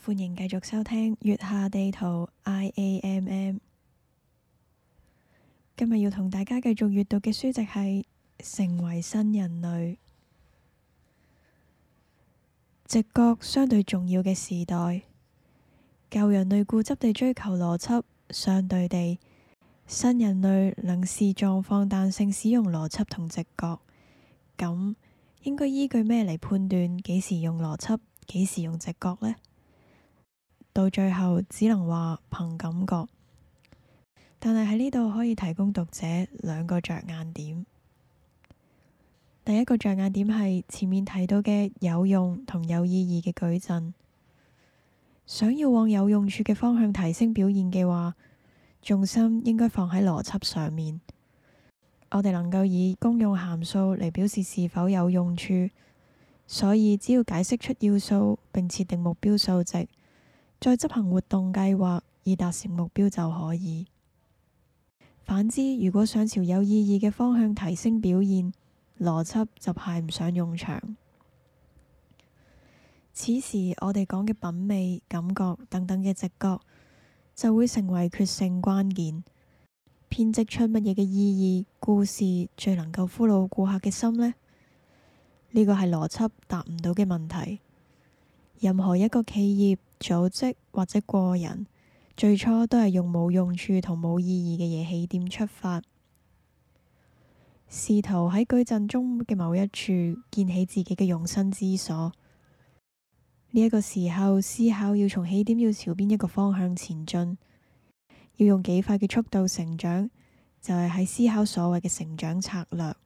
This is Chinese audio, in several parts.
歡迎繼續收聽月下地圖 IAMM。今日要同大家繼續閱讀嘅書籍係《成為新人類》。直覺相對重要嘅時代，舊人類固執地追求邏輯，相對地，新人類能視狀況彈性使用邏輯同直覺。咁應該依據咩嚟判斷幾時用邏輯，幾時用直覺呢？到最後只能話憑感覺。但係喺呢度可以提供讀者兩個着眼點。第一個着眼點係前面提到嘅有用同有意義嘅矩陣。想要往有用處嘅方向提升表現嘅話，重心應該放喺邏輯上面。我哋能夠以公用函數嚟表示是否有用處，所以只要解釋出要素並設定目標數值，再執行活動計劃以達成目標就可以。反之，如果想朝有意義嘅方向提升表現，邏輯就派唔上用場。此時我哋講嘅品味、感覺等等嘅直覺就會成為決勝關鍵。編織出乜嘢嘅意義故事最能夠俘虜顧客嘅心呢？呢個係邏輯答唔到嘅問題。任何一個企業、組織或者個人，最初都係用冇用處同冇意義嘅嘢起點出發，試圖喺矩陣中嘅某一處建起自己嘅容身之所。呢一個時候思考要從起點要朝邊一個方向前進，要用幾快嘅速度成長，就係喺思考所謂嘅成長策略。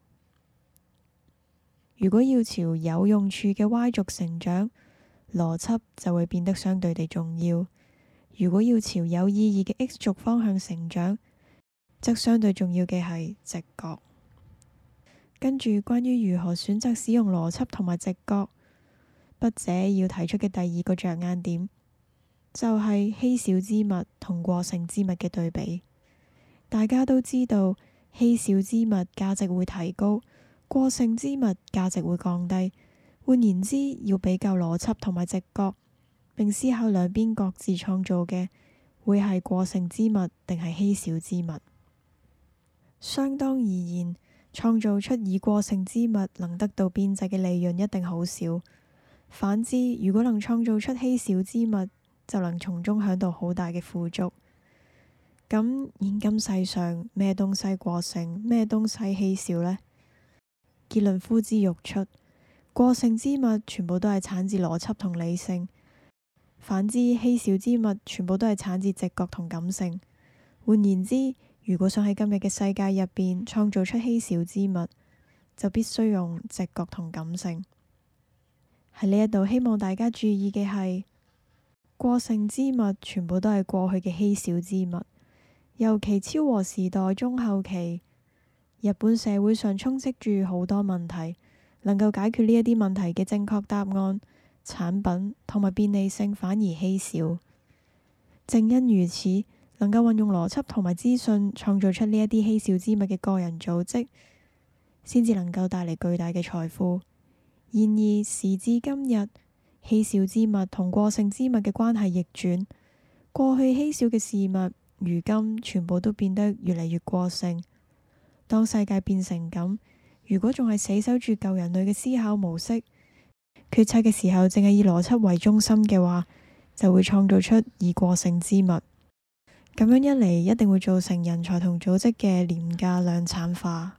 如果要朝有用處嘅 Y 軸成長，邏輯就會變得相對地重要；如果要朝有意義嘅 X 軸方向成長，則相對重要嘅係直覺。跟住關於如何選擇使用邏輯同埋直覺，筆者要提出嘅第二個着眼點，就係稀少之物同過剩之物嘅對比。大家都知道，稀少之物價值會提高，過剩之物價值會降低。換言之，要比較邏輯同埋直覺，並思考兩邊各自創造嘅會係過剩之物定係稀少之物。相當而言，創造出以過剩之物能得到邊際嘅利潤一定好少。反之，如果能創造出稀少之物，就能從中享到好大嘅富足。咁現今世上咩東西過剩，咩東西稀少呢？結論呼之欲出。過剩之物全部都係產自邏輯同理性，反之稀少之物全部都係產自直覺同感性。換言之，如果想喺今日嘅世界入邊創造出稀少之物，就必須用直覺同感性。喺呢一度希望大家注意嘅係，過剩之物全部都係過去嘅稀少之物。尤其昭和時代中後期，日本社會上充斥住好多問題。能夠解決呢一啲問題嘅正確答案、產品同埋便利性反而稀少。正因如此，能夠運用邏輯同埋資訊創造出呢一啲稀少之物嘅個人組織，先至能夠帶嚟巨大嘅財富。然而時至今日，稀少之物同過剩之物嘅關係逆轉，過去稀少嘅事物，如今全部都變得越嚟越過剩。當世界變成咁，如果仲係死守住舊人類嘅思考模式，決策嘅時候淨係以邏輯為中心嘅話，就會創造出以過剩之物。咁樣一嚟，一定會造成人才同組織嘅廉價量產化。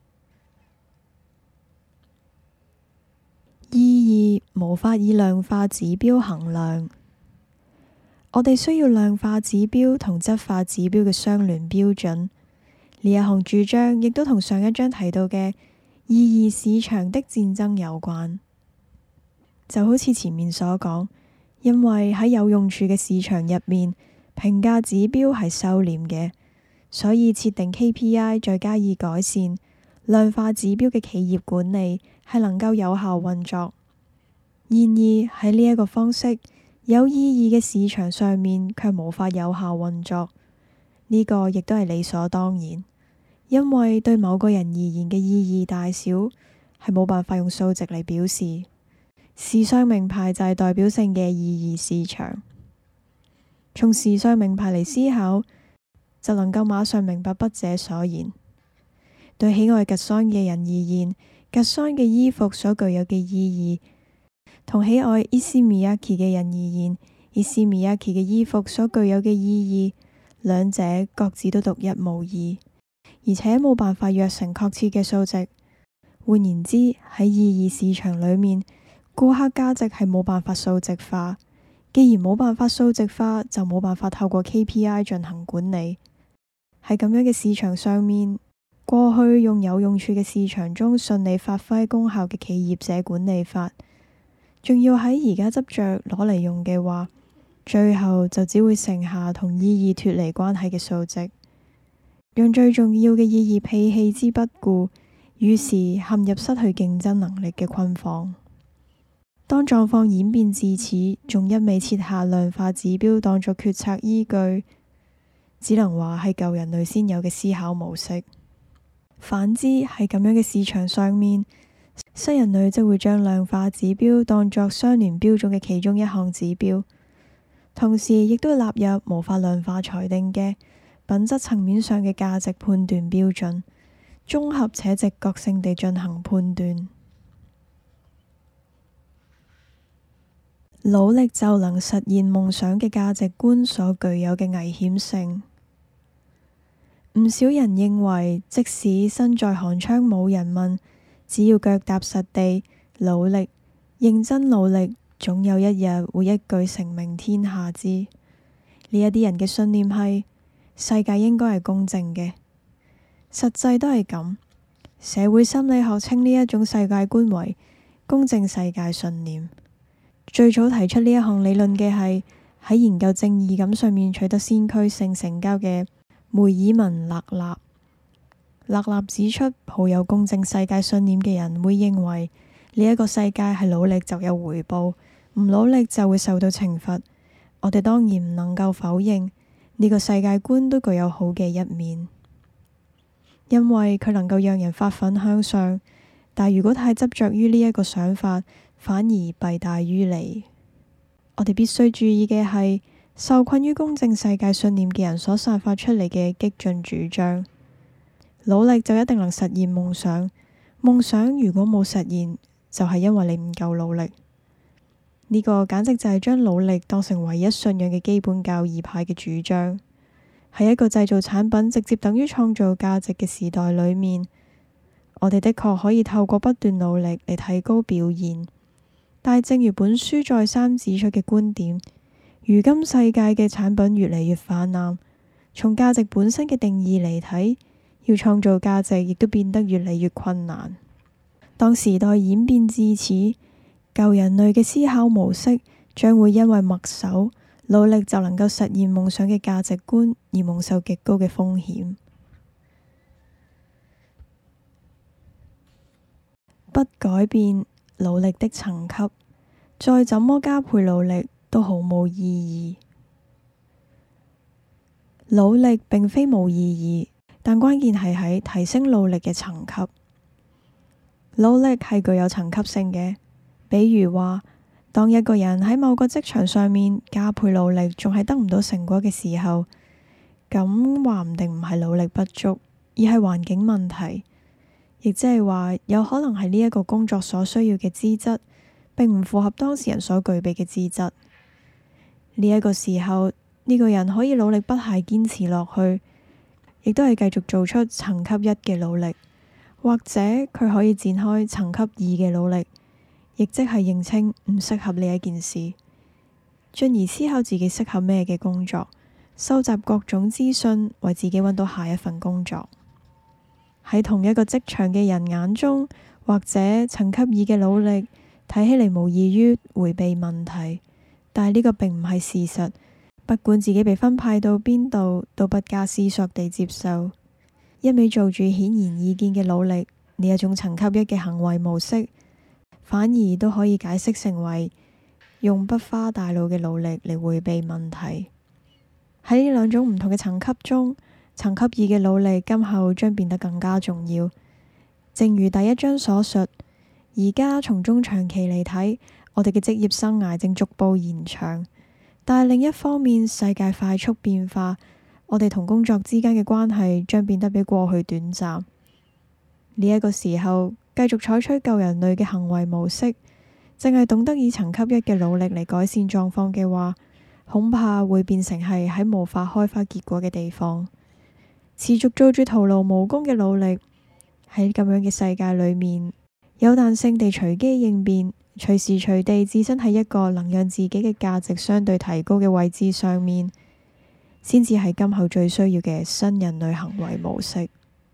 意義無法以量化指標衡量，我哋需要量化指標同質化指標嘅相聯標準。呢一項主張亦都同上一章提到嘅意義市場的戰爭有關。就好似前面所講，因為喺有用處嘅市場入面，評價指標係收斂嘅，所以設定 KPI 再加以改善，量化指標嘅企業管理係能夠有效運作。然而喺呢一個方式，有意義嘅市場上面卻無法有效運作。呢個亦都係理所當然。因為對某個人而言嘅意義大小係冇辦法用數值嚟表示，時尚名牌就係代表性嘅意義市場。 從時尚名牌嚟思考，就能夠馬上明白筆者所言。對喜愛格桑嘅人而言，格桑嘅衣服所具有嘅意義，同喜愛伊斯米亞奇嘅人而言，伊斯米亞奇嘅衣服所具有嘅意義，兩者各自都獨一無二，而且冇辦法約成確切嘅數值。換言之，喺意義市場裏面，顧客價值係冇辦法數值化。既然冇辦法數值化，就冇辦法透過 KPI 進行管理。喺咁樣嘅市場上面，過去用有用處嘅市場中順利發揮功效嘅企業者管理法，仲要喺而家執着攞嚟用嘅話，最後就只會剩下同意義脫離關係嘅數值，讓最重要嘅意義被棄之不顧，於是陷入失去競爭能力嘅困況。當狀況演變至此，仲一味設下量化指標當作決策依據，只能話係舊人類先有嘅思考模式。反之，喺咁樣嘅市場上面，新人類則會將量化指標當作相聯標準嘅其中一項指標，同時亦都納入無法量化裁定嘅品質層面上嘅價值判斷標準，綜合且直覺性地進行判斷。努力就能實現夢想嘅價值觀所具有嘅危險性。唔少人認為，即使身在寒窗冇人問，只要腳踏實地，努力、認真努力，總有一日會一舉成名天下知。呢一啲人嘅信念係世界應該係公正嘅，實際都係咁。社會心理學稱呢一種世界觀為公正世界信念。最早提出呢一項理論嘅係喺研究正義感上面取得先驅性成交嘅梅爾文勒納。勒納指出，抱有公正世界信念嘅人會認為呢一個世界係努力就有回報，唔努力就會受到懲罰。我哋當然唔能夠否認呢個世界觀都具有好嘅一面，因為佢能夠讓人發奮向上。但如果太執着於呢一個想法，反而弊大於利。我哋必須注意嘅係，受困於公正世界信念嘅人所散發出嚟嘅激進主張。努力就一定能實現夢想，夢想如果冇實現，就係因為你唔夠努力。呢個簡直就係將努力當成唯一信仰嘅基本教義派嘅主張。喺一個製造產品直接等於創造價值嘅時代裏面，我哋的確可以透過不斷努力嚟提高表現。但係正如本書再三指出嘅觀點，如今世界嘅產品越嚟越泛濫，從價值本身嘅定義嚟睇，要創造價值亦都變得越嚟越困難。當時代演變至此，舊人類嘅思考模式將會因為墨守努力就能夠實現夢想嘅價值觀而蒙受極高嘅風險。不改變努力的層級，再怎麼加倍努力都毫無意義。努力並非冇意義，但關鍵係喺提升努力嘅層級。努力係具有層級性嘅，比如話，當一個人喺某個職場上面加倍努力，仲係得唔到成果嘅時候，咁話唔定唔係努力不足，而係環境問題。亦即係話，有可能係呢一個工作所需要嘅資質，並唔符合當事人所具備嘅資質。呢一個時候，呢個人可以努力不懈堅持落去，亦都係繼續做出層級一嘅努力，或者佢可以展開層級二嘅努力，亦即係認清唔適合呢一件事，進而思考自己適合咩嘅工作，收集各種資訊，為自己揾到下一份工作。喺同一個職場嘅人眼中，或者層級二嘅努力睇起嚟無異於迴避問題，但係呢個並唔係事實。不管自己被分派到邊度，都不加思索地接受，一味做住顯而易見嘅努力，呢一種層級一嘅行為模式，反而都可以解釋成為用不花大腦嘅努力嚟迴避問題。喺呢兩種唔同嘅層級中，層級二嘅努力今後將變得更加重要。正如第一章所述，而家從中長期嚟睇，我哋嘅職業生涯正逐步延長， 但係另一方面，世界快速變化，我哋同工作之間嘅關係將變得比過去短暫。呢一個時候，繼續採取舊人類嘅行為模式，淨係懂得以層級一嘅努力嚟改善狀況嘅話，恐怕會變成係喺無法開花結果嘅地方，持續做住徒勞無功嘅努力。喺咁樣嘅世界裏面，有彈性地隨機應變，隨時隨地置身喺一個能讓自己嘅價值相對提高嘅位置上面，先至係今後最需要嘅新人類行為模式。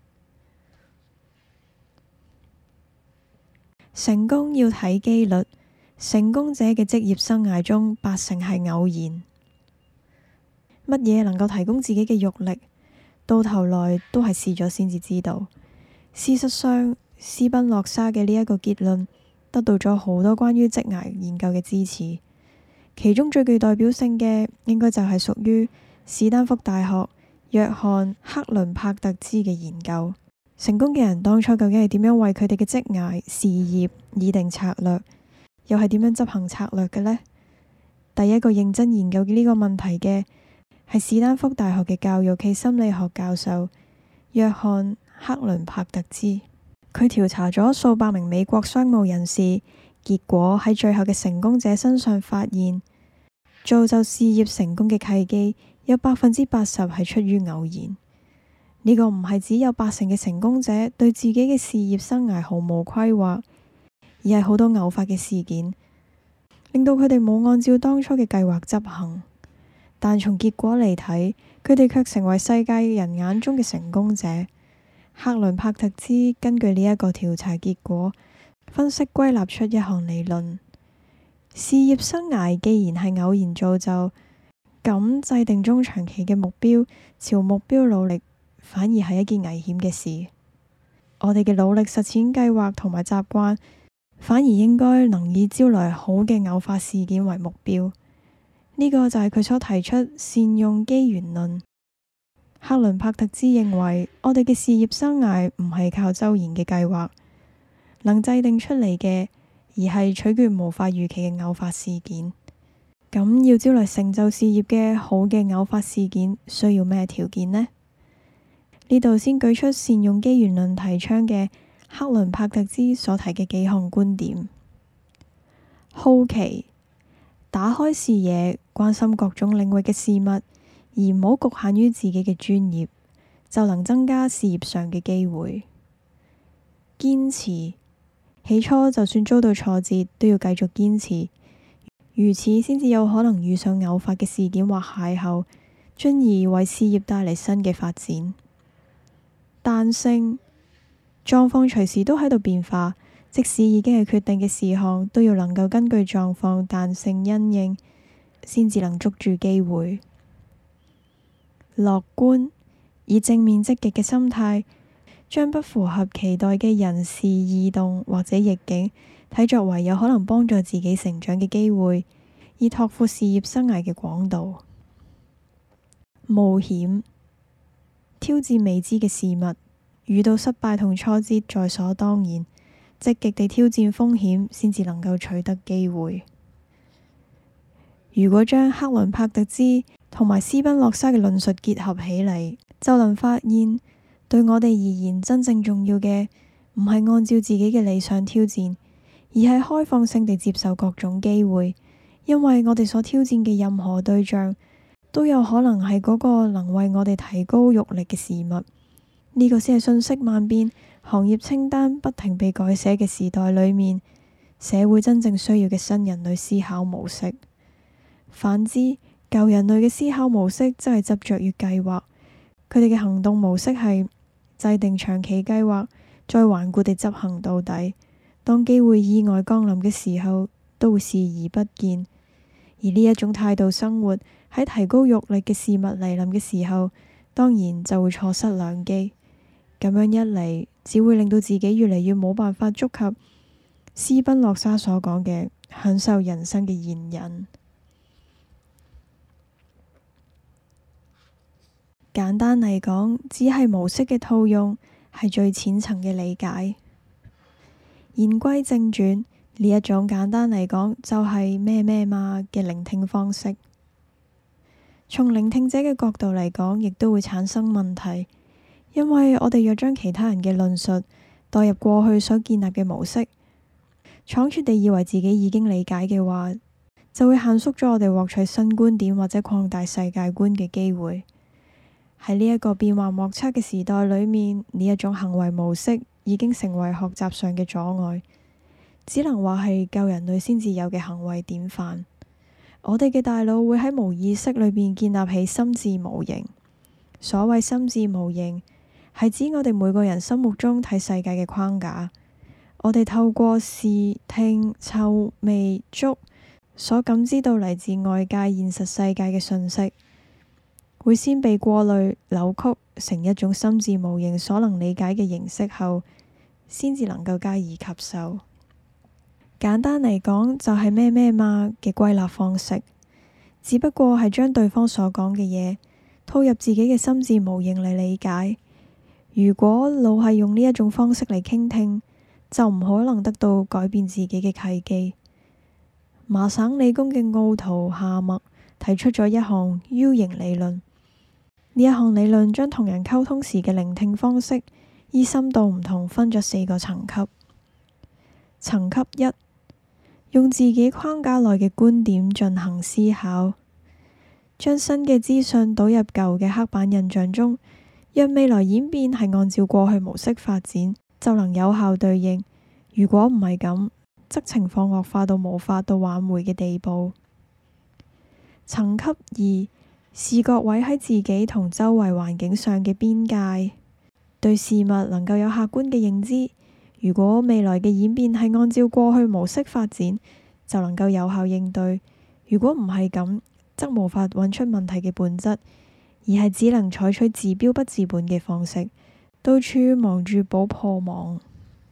成功要睇機率，成功者嘅職業生涯中80%係偶然。乜嘢能夠提供自己嘅慾力，到頭來都係試咗先至知道。事實上，斯賓諾莎嘅呢一個結論得到咗好多關於職涯研究嘅支持，其中最具代表性嘅應該就係屬於史丹福大學約翰克倫柏特茲嘅研究。成功嘅人當初究竟係點樣為佢哋嘅職涯事業擬定策略，又係點樣執行策略嘅呢？第一個認真研究呢個問題嘅係史丹福大學嘅教育暨心理學教授約翰克倫柏特茲。佢調查咗數百名美國商務人士，結果喺最後嘅成功者身上發現，造就事業成功嘅契機有80%係出於偶然。呢個唔係只有80%嘅成功者對自己嘅事業生涯毫無規劃，而係好多偶發嘅事件，令到佢哋冇按照當初嘅計劃執行。但從結果嚟睇，佢哋卻成為世界人眼中嘅成功者。克倫柏特茲根據呢一個調查結果，分析歸納出一項理論：事業生涯既然係偶然造就，咁制定中長期嘅目標，朝目標努力，反而係一件危險嘅事。我哋嘅努力實踐計劃同埋習慣，反而應該能以招來好嘅偶發事件為目標。呢個就係佢所提出善用機緣論。克倫柏特茲認為，我哋嘅事業生涯唔係靠周延嘅計劃能制定出嚟嘅，而係取決無法預期嘅偶發事件。咁要招來成就事業嘅好嘅偶發事件，需要咩條件呢？呢度先舉出善用機緣論提倡嘅克倫柏特茲所提嘅幾項觀點：好奇，打開視野，關心各種領域嘅事物，而唔好局限於自己嘅專業，就能增加事業上嘅機會。堅持，起初就算遭到挫折，都要繼續堅持，如此先至有可能遇上偶發嘅事件或邂逅，進而為事業帶嚟新嘅發展。彈性，狀況隨時都喺度變化，即使已經係決定嘅事項，都要能夠根據狀況彈性因應，先至能捉住機會。樂觀，以正面積極嘅心態，將不符合期待嘅人事異動或者逆境睇作為有可能幫助自己成長嘅機會，以拓闊事業生涯嘅廣度。冒險，挑戰未知嘅事物，遇到失敗同挫折在所當然，積極地挑戰風險，先至能夠取得機會。如果將克倫柏特茲同埋斯賓諾莎嘅論述結合起嚟，就能發現對我哋而言，真正重要嘅唔係按照自己嘅理想挑戰，而係開放性地接受各種機會，因為我哋所挑戰嘅任何對象都有可能係嗰個能為我哋提高慾力嘅事物。呢個先係信息萬變、行業清單不停被改寫嘅時代裏面，社會真正需要嘅新人類思考模式。反之，舊人類嘅思考模式則係執着於計劃，佢哋嘅行動模式係制定長期計劃，再頑固地執行到底。當機會意外降臨嘅時候，都會視而不見。而呢一種態度生活，喺提高慾力嘅事物嚟臨嘅時候，當然就會錯失良機。咁樣一嚟，只會令到自己越嚟越冇辦法觸及斯賓諾莎所講嘅享受人生嘅賢人。簡單嚟講，只係模式嘅套用，係最淺層嘅理解。言歸正傳，呢一種簡單嚟講就係咩咩嘛嘅聆聽方式。 從聆聽者嘅角度嚟講，亦都會產生問題，因為我哋若將其他人嘅論述代入過去所建立嘅模式，倉促地以為自己已經理解嘅話，就會限縮咗我哋獲取新觀點或者擴大世界觀嘅機會。喺呢一個變幻莫測嘅時代裏面，呢一種行為模式已經成為學習上嘅阻礙，只能話係舊人類先至有嘅行為典範。我哋嘅大腦會喺無意識裏邊建立起心智模型。所謂心智模型，係指我哋每個人心目中睇世界嘅框架。我哋透過視、聽、嗅、味、觸所感知到嚟自外界現實世界嘅訊息，會先被過濾、扭曲成一種心智模型所能理解嘅形式後，先至能夠加以吸收。簡單嚟講，就係咩咩嘛嘅歸納方式，只不過係將對方所講嘅嘢套入自己嘅心智模型嚟理解。如果老係用呢一種方式嚟傾聽，就唔可能得到改變自己嘅契機。麻省理工嘅奧圖夏默提出咗一項 U 型理論，呢一項理論將同人溝通時嘅聆聽方式依深度唔同分咗4個層級。層級1，用自己框架內嘅觀點進行思考，將新嘅資訊倒入舊嘅刻板印象中。若未來演變係按照過去模式發展，就能有效對應；如果唔係咁，則情況惡化到無法到挽回嘅地步。層級2，視覺位喺自己同周圍環境上嘅邊界，對事物能夠有客觀嘅認知。如果未來嘅演變係按照過去模式發展，就能夠有效應對；如果唔係咁，則無法揾出問題嘅本質，而係只能採取治標不治本嘅方式，到處忙住補破網。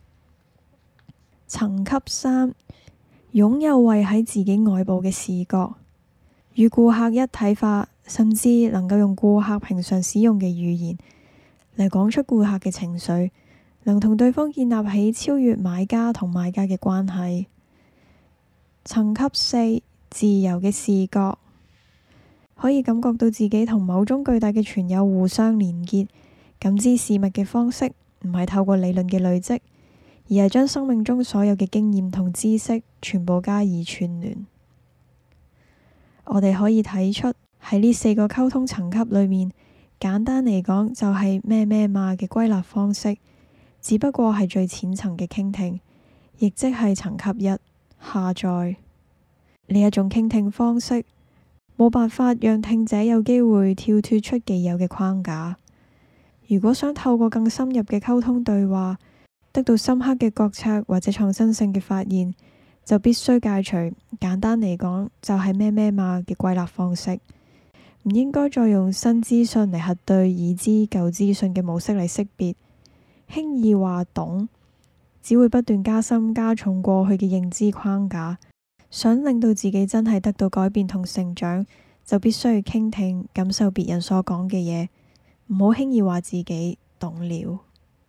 層級3，擁有位喺自己外部嘅視覺，與顧客一體化，甚至能夠用顧客平常使用嘅語言嚟講出顧客嘅情緒，能同對方建立起超越買家同賣家嘅關係。層級4，自由嘅視覺，可以感覺到自己同某種巨大嘅存有互相連結，感知事物嘅方式唔係透過理論嘅累積，而係將生命中所有嘅經驗同知識全部加以串聯。我哋可以睇出喺呢4個溝通層級裏面，簡單嚟講就係咩咩嘛嘅歸納方式，只不過係最淺層嘅傾聽，亦即係層級1下載。呢一種傾聽方式冇辦法讓聽者有機會跳脫出既有嘅框架。如果想透過更深入嘅溝通對話，得到深刻嘅覺察或者創新性嘅發現，就必須戒除簡單嚟講就係咩咩嘛嘅歸納方式，唔應該再用新資訊嚟核對已知舊資訊嘅模式嚟識別。輕易話懂，只會不斷加深加重過去嘅認知框架。想令到自己真係得到改變同成長，就必須去傾聽、感受別人所講嘅嘢，唔好輕易話自己懂了。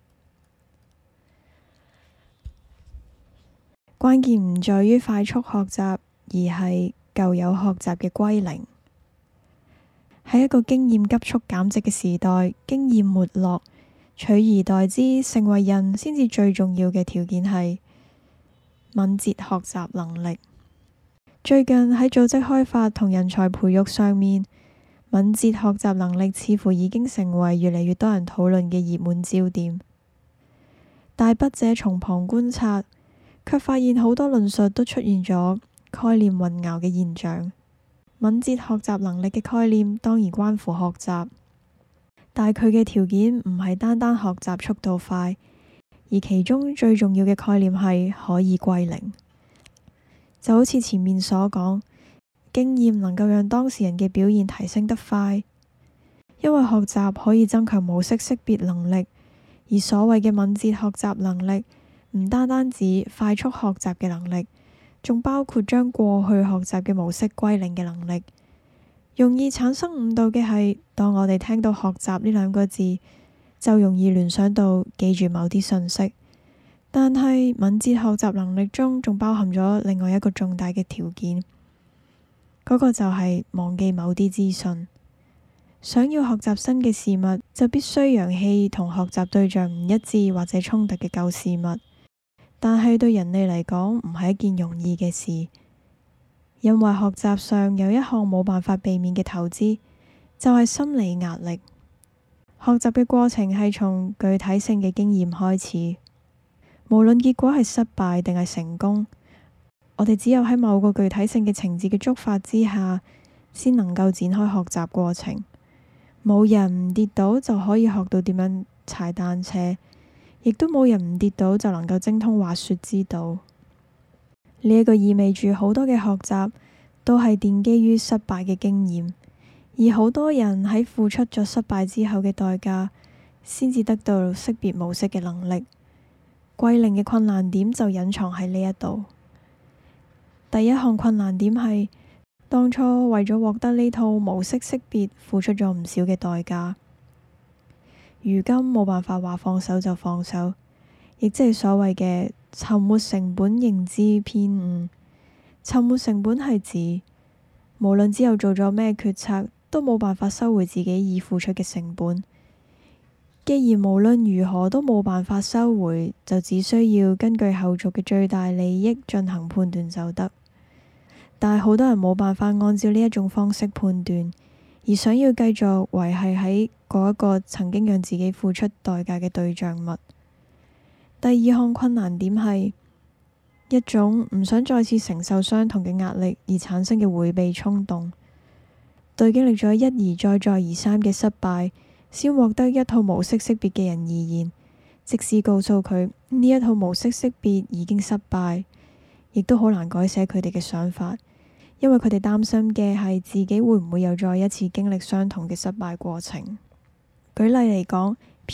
關鍵唔在於快速學習，而係舊有學習嘅歸零。喺一個經驗急速減值嘅時代，經驗沒落，取而代之成為人先至最重要嘅條件係敏捷學習能力。最近喺組織開發同人才培育上面，敏捷學習能力似乎已經成為越嚟越多人討論嘅熱門焦點。大筆者從旁觀察，卻發現好多論述都出現咗概念混淆嘅現象。敏捷學習能力嘅概念當然關乎學習，但佢嘅條件唔係單單學習速度快，而其中最重要嘅概念係可以歸零。就好似前面所講，經驗能夠讓當事人嘅表現提升得快，因為學習可以增強模式識別能力，而所謂嘅敏捷學習能力唔單單指快速學習嘅能力，仲包括將過去學習嘅模式歸零嘅能力。容易產生誤導嘅係，當我哋聽到學習呢2個字，就容易聯想到記住某啲信息。但係敏捷學習能力中仲包含咗另外一個重大嘅條件，嗰個就係忘記某啲資訊。 想要學習新嘅事物，就必須揚棄同學習對象唔一致或者衝突嘅舊事物。但係對人類嚟講，唔係一件容易嘅事，因為學習上有一項冇辦法避免嘅投資，就係心理壓力。學習嘅過程係從具體性嘅經驗開始，無論結果係失敗定係成功，我哋只有喺某個具體性嘅情節嘅觸發之下，先能夠展開學習過程。冇人唔跌倒就可以學到點樣踩單車，亦都冇人唔跌倒就能夠精通滑雪之道。呢一個意味住好多嘅學習都係奠基於失敗嘅經驗，而好多人喺付出咗失敗之後嘅代價，先至得到識別模式嘅能力。歸零嘅困難點就隱藏喺呢一度。第一項困難點係，當初為咗獲得呢套模式識別，付出咗唔少嘅代價。如今冇辦法話放手就放手，亦即係所謂嘅沉沒成本認知偏誤。沉沒成本係指，無論之後做咗咩決策，都冇辦法收回自己已付出嘅成本。既然無論如何都冇辦法收回，就只需要根據後續嘅最大利益進行判斷就得。但係好多人冇辦法按照呢一種方式判斷，而想要繼續維繫喺嗰一個曾經讓自己付出代價嘅對象物。第二項困難點係一種唔想再次承受相同嘅壓力而產生嘅迴避衝動。對經歷咗一而再再而三嘅失敗，先獲得一套模式識別嘅人而言，即使告訴佢呢一套模式識別已經失敗，亦都好難改寫佢哋嘅想法。因為佢哋擔心嘅係自己會唔會又再一次經歷相同嘅失敗過程。舉例嚟講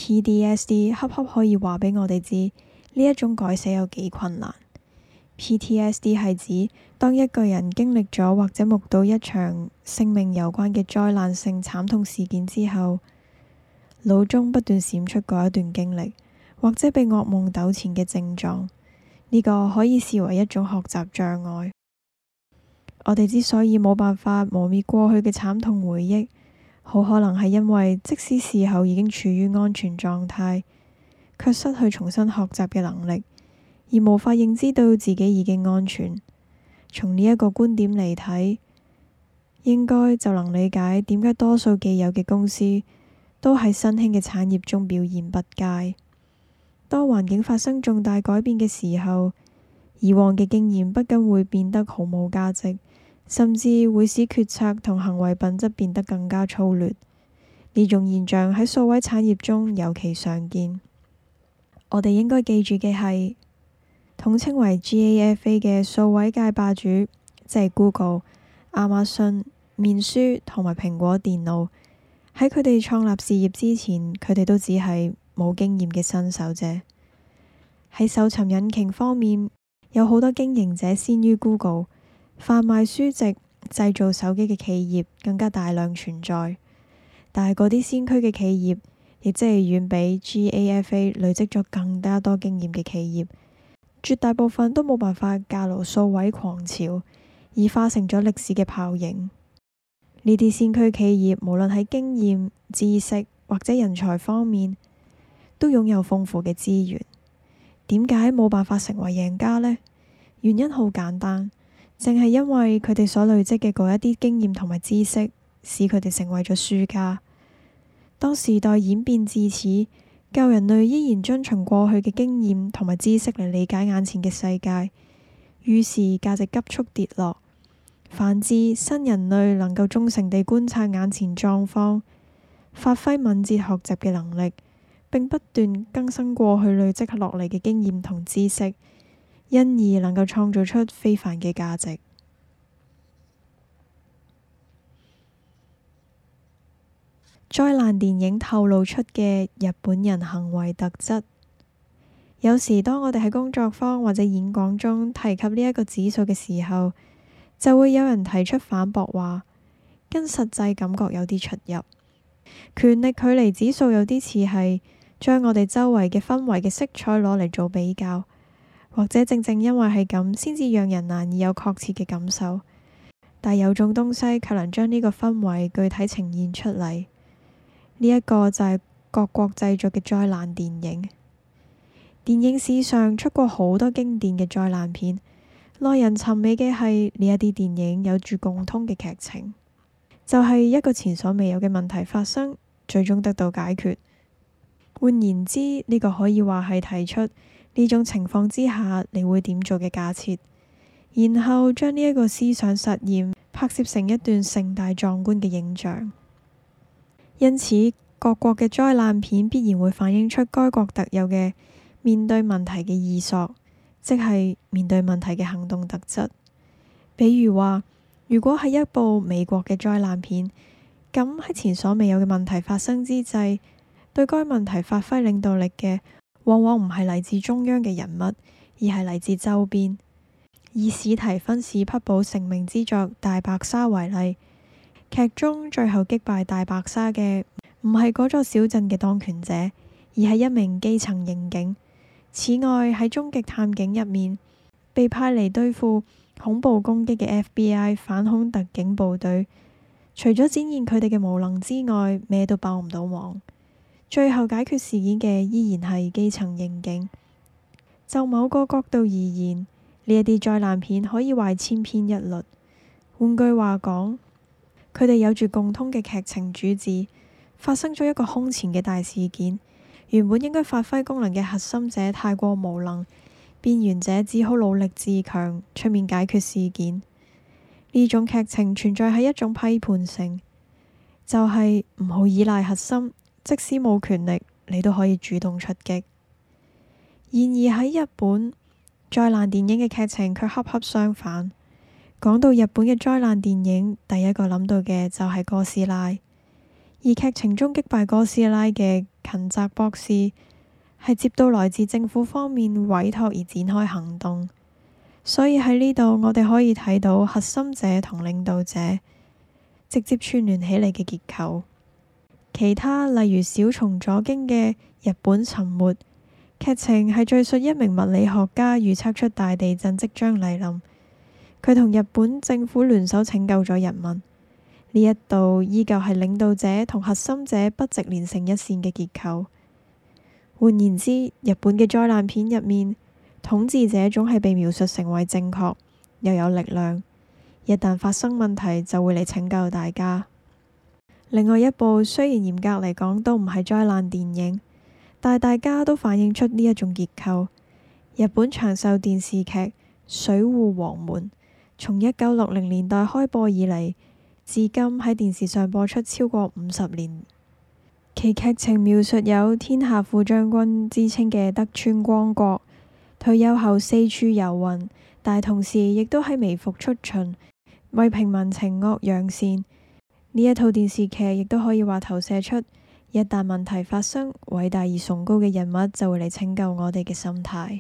，PTSD 恰恰可以話俾我哋知呢一種改寫有幾困難。PTSD 係指當一個人經歷咗或者目睹一場性命攸關嘅災難性慘痛事件之後，腦中不斷閃出嗰一段經歷，或者被噩夢糾纏嘅症狀。呢個可以視為一種學習障礙。我哋之所以冇辦法磨滅過去嘅慘痛回憶，好可能係因為即使事後已經處於安全狀態，卻失去重新學習嘅能力，而無法認知到自己已經安全。從呢一個觀點嚟睇，應該就能理解點解多數既有嘅公司都喺新興嘅產業中表現不佳。當環境發生重大改變嘅時候，以往嘅經驗不僅會變得毫無價值，甚至會使決策同行為品質變得更加粗劣。呢種現象喺數位產業中尤其常見。我哋應該記住嘅係，統稱為 GAFA 嘅數位界霸主，即係 Google、亞馬遜、面書同埋蘋果電腦。喺佢哋創立事業之前，佢哋都只係冇經驗嘅新手啫。喺搜尋引擎方面，有好多經營者先於 Google， 販賣書籍、製造手機嘅企業更加大量存在。但係嗰啲先驅嘅企業，亦即係遠比 GAFA 累積咗更加多經驗嘅企業，絕大部分都冇辦法駕馭數位狂潮，而化成咗歷史嘅泡影。呢啲先驅企業無論喺經驗、知識或者人才方面，都擁有豐富嘅資源。點解冇辦法成為贏家呢？原因好簡單，正係因為佢哋所累積嘅嗰一啲經驗同埋知識，使佢哋成為咗輸家。當時代演變至此，舊人類依然遵循過去嘅經驗同埋知識嚟理解眼前嘅世界，於是價值急速跌落。反之，新人類能夠忠誠地觀察眼前狀況，發揮敏捷學習嘅能力，並不斷更新過去累積落嚟嘅經驗同知識，因而能夠創造出非凡嘅價值。災難電影透露出嘅日本人行為特質。有時當我哋喺工作坊或者演講中提及呢一個指數嘅時候，就會有人提出反駁話，跟實際感覺有啲出入。權力距離指數有啲似係將我哋周圍嘅氛圍嘅色彩攞嚟做比較，或者正正因為係咁，先至讓人難以有確切嘅感受。但有種東西卻能將呢個氛圍具體呈現出嚟。 呢一個就係各國製作嘅災難電影。電影史上出過好多經典嘅災難片，耐人尋味嘅係呢一啲電影有住共通嘅劇情，就係一個前所未有嘅問題發生，最終得到解決。換言之，呢個可以話係提出呢種情況之下你會點做嘅假設，然後將呢一個思想實驗拍攝成一段盛大壯觀嘅影像。因此，各國嘅災難片必然會反映出該國特有嘅面對問題嘅異索，即係面對問題嘅行動特質。比如話，如果係一部美國嘅災難片，咁喺前所未有嘅問題發生之際，對該問題發揮領導力嘅，往往唔係嚟自中央嘅人物，而係嚟自周邊。以史提芬史匹堡成名之作《大白鯊》為例，劇中最後擊敗大白鯊嘅唔係嗰座小鎮嘅當權者，而係一名基層刑警。此外，喺《終極探警》入面，被派嚟對付恐怖攻擊嘅 FBI 反恐特警部隊，除咗展現佢哋嘅無能之外，咩都幫唔到忙。最後解決事件嘅依然係基層刑警。就某個角度而言，呢一啲災難片可以話係千篇一律。換句話講，佢哋有住共通嘅劇情主旨，發生咗一個空前嘅大事件，原本應該發揮功能嘅核心者太過無能，邊緣者只好努力自強，出面解決事件。呢種劇情存在係一種批判性，就係唔好依賴核心。即使冇權力，你都可以主動出擊。然而喺日本，災難電影嘅劇情卻恰恰相反。講到日本嘅災難電影，第一個諗到嘅就係哥斯拉，而劇情中擊敗哥斯拉嘅芹澤博士係接到來自政府方面委託而展開行動。所以喺呢度，我哋可以睇到核心者同領導者直接串聯起嚟嘅結構。其他例如小松左京嘅《日本沉沒》，劇情係敘述一名物理學家預測出大地震即將嚟臨，佢同日本政府聯手拯救咗人民。呢一度依舊係領導者同核心者筆直連成一線嘅結構。換言之，日本嘅災難片入面，統治者總係被描述成為正確又有力量，一旦發生問題就會嚟拯救大家。另外一部雖然嚴格嚟講都唔係災難電影，但大家都反映出呢一種結構。日本長壽電視劇《水戶黃門》從1960年代開播以嚟，至今喺電視上播出超過50年。其劇情描述有天下富將軍之稱嘅德川光國，退休後四處遊魂，但同時亦都喺微服出巡，為平民懲惡揚善。呢一套電視劇亦都可以話投射出，一旦問題發生，偉大而崇高嘅人物就會嚟拯救我哋嘅心態。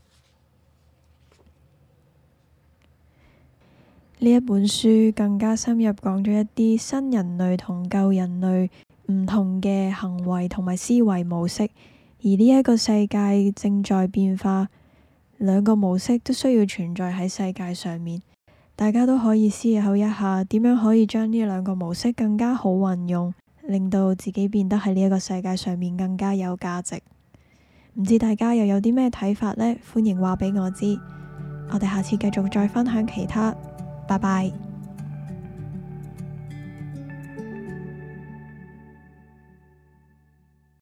呢一本書更加深入講咗一啲新人類同舊人類唔同嘅行為同埋思維模式，而呢一個世界正在變化，兩個模式都需要存在喺世界上面。大家都可以思考一下，點樣可以將呢兩個模式更加好運用，令到自己變得喺呢一個世界上面更加有價值。唔知大家又有啲咩睇法呢？歡迎話俾我知。我哋下次繼續再分享其他。拜拜。